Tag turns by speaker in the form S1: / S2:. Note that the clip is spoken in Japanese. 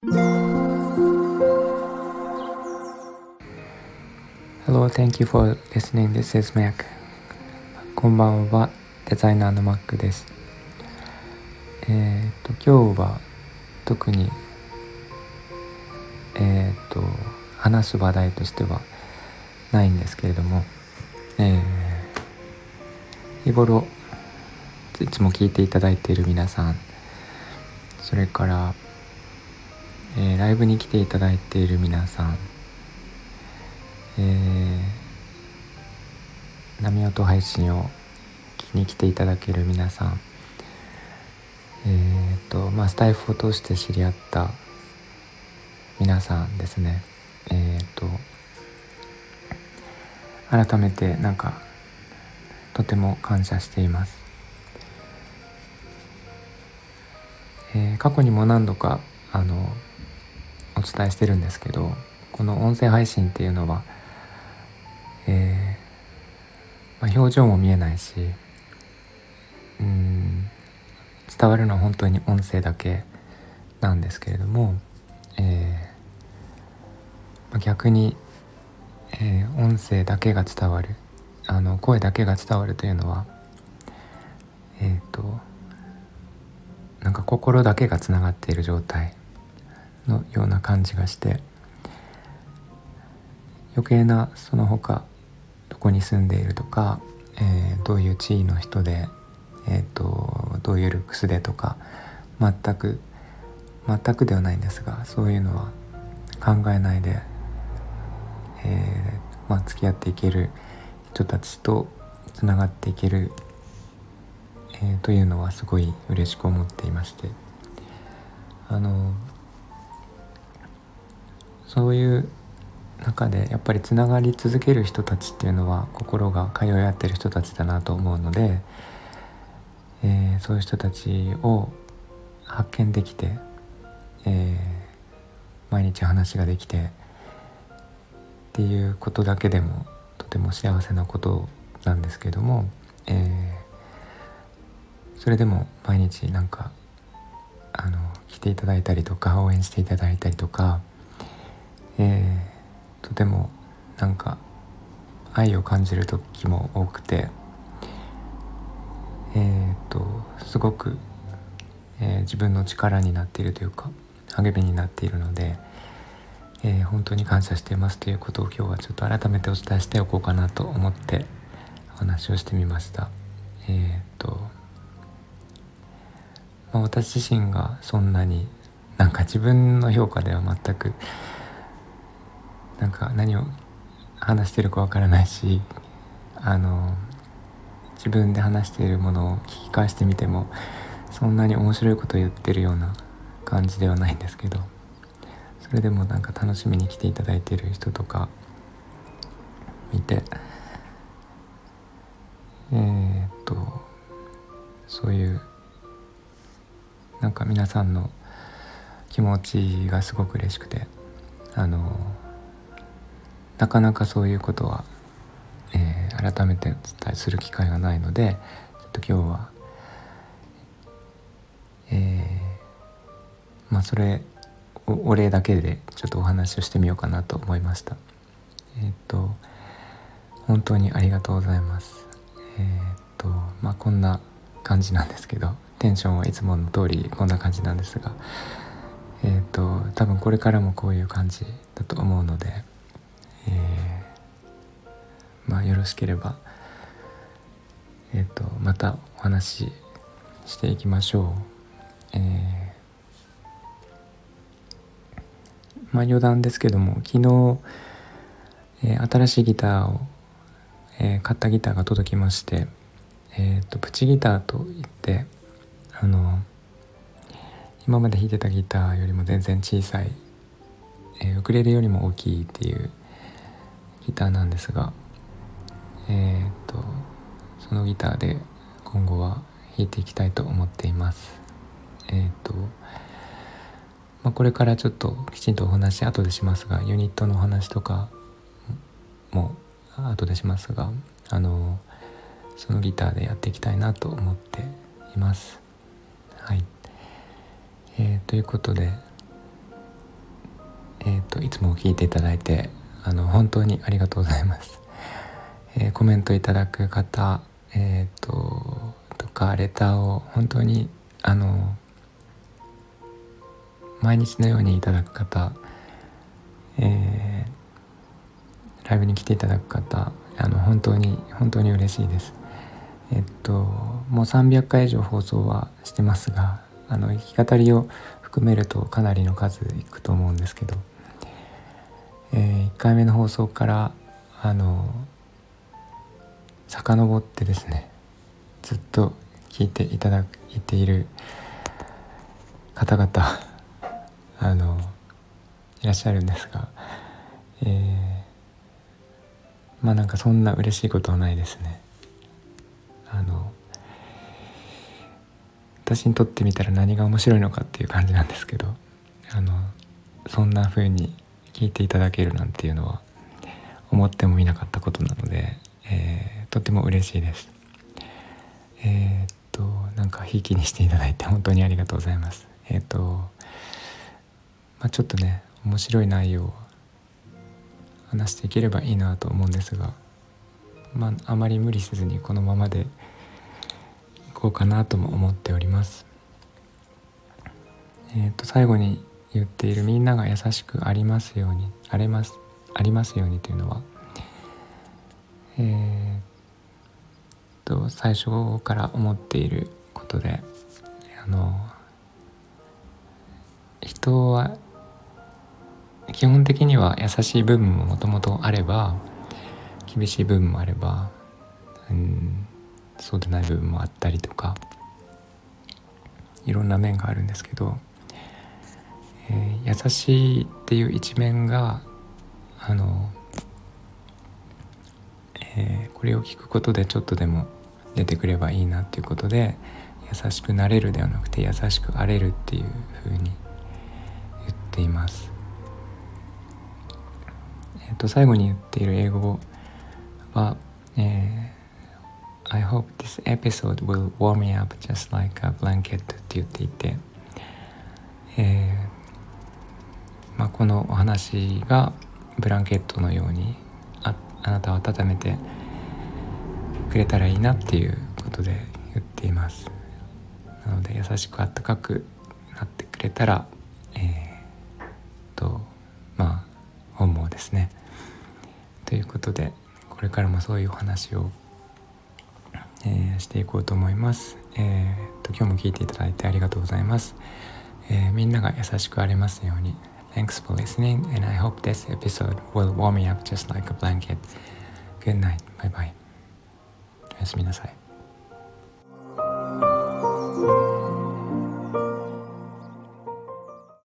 S1: Hello, thank you for listening. This is Mac. こんばんは、デザイナーの Mac です。今日は特に話す話題としてはないんですけれども、日頃いつも聞いていただいている皆さん、それから、ライブに来ていただいている皆さん、波音配信を聞きに来ていただける皆さん、スタイフを通して知り合った皆さんですね。改めてとても感謝しています。過去にも何度かお伝えしてるんですけど、この音声配信っていうのは、表情も見えないし、伝わるのは本当に音声だけなんですけれども、逆に、音声だけが伝わる、声だけが伝わるというのは、心だけがつながっている状態のような感じがして、余計なその他どこに住んでいるとか、どういう地位の人で、どういうルックスでとか全くではないんですが、そういうのは考えないで、付き合っていける人たちとつながっていける、というのはすごい嬉しく思っていまして、そういう中でやっぱりつながり続ける人たちっていうのは心が通い合ってる人たちだなと思うので、そういう人たちを発見できて、毎日話ができてっていうことだけでもとても幸せなことなんですけども、それでも毎日来ていただいたりとか応援していただいたりとか、とても愛を感じる時も多くて、すごく、自分の力になっているというか励みになっているので、本当に感謝していますということを今日はちょっと改めてお伝えしておこうかなと思ってお話をしてみました。私自身がそんなに自分の評価では全く何を話しているかわからないし、自分で話しているものを聞き返してみてもそんなに面白いことを言ってるような感じではないんですけど、それでも楽しみに来ていただいている人とか見て、そういう皆さんの気持ちがすごく嬉しくて、なかなかそういうことは、改めてお伝えする機会がないので、ちょっと今日は、それお礼だけでちょっとお話をしてみようかなと思いました。本当にありがとうございます。こんな感じなんですけど、テンションはいつもの通りこんな感じなんですが、多分これからもこういう感じだと思うので、よろしければ、またお話ししていきましょう。余談ですけども、昨日、新しいギターを、買ったギターが届きまして、プチギターといって、今まで弾いてたギターよりも全然小さい、ウクレレよりも大きいっていうギターなんですが、そのギターで今後は弾いていきたいと思っています。これからちょっときちんとお話後でしますが、ユニットのお話とかも後でしますが、そのギターでやっていきたいなと思っています。はい。ということで、 いつも聞いていただいて本当にありがとうございます。コメントいただく方、とかレターを本当に毎日のようにいただく方、ライブに来ていただく方、本当に嬉しいです。もう300回以上放送はしてますが、弾き語りを含めるとかなりの数いくと思うんですけど、1回目の放送から遡ってですね、ずっと聞いていただいている方々いらっしゃるんですが、なんかそんな嬉しいことはないですね。私にとってみたら何が面白いのかっていう感じなんですけど、そんな風に聞いていただけるなんていうのは思ってもみなかったことなので、とても嬉しいです。なんかひいきにしていただいて本当にありがとうございます。ちょっとね、面白い内容を話していければいいなと思うんですが、あまり無理せずにこのままでいこうかなとも思っております。最後に言っているみんなが優しくありますように、ありますようにというのは、最初から思っていることで、人は基本的には優しい部分ももともとあれば、厳しい部分もあれば、そうでない部分もあったりとか、いろんな面があるんですけど、優しいっていう一面がこれを聞くことでちょっとでも出てくればいいなっていうことで、優しくなれるではなくて優しくあれるっていうふうに言っています。最後に言っている英語は、I hope this episode will warm me up just like a blanket って言っていて、このお話がブランケットのようにあなたを温めてくれたらいいなっていうことで言っています。なので優しくあったかくなってくれたら本望ですね。ということでこれからもそういうお話を、していこうと思います。今日も聞いていただいてありがとうございます。みんなが優しくありますように。Thanks for listening, and I hope this episode will warm me up just like a blanket. Good night. Bye bye. おやすみなさい。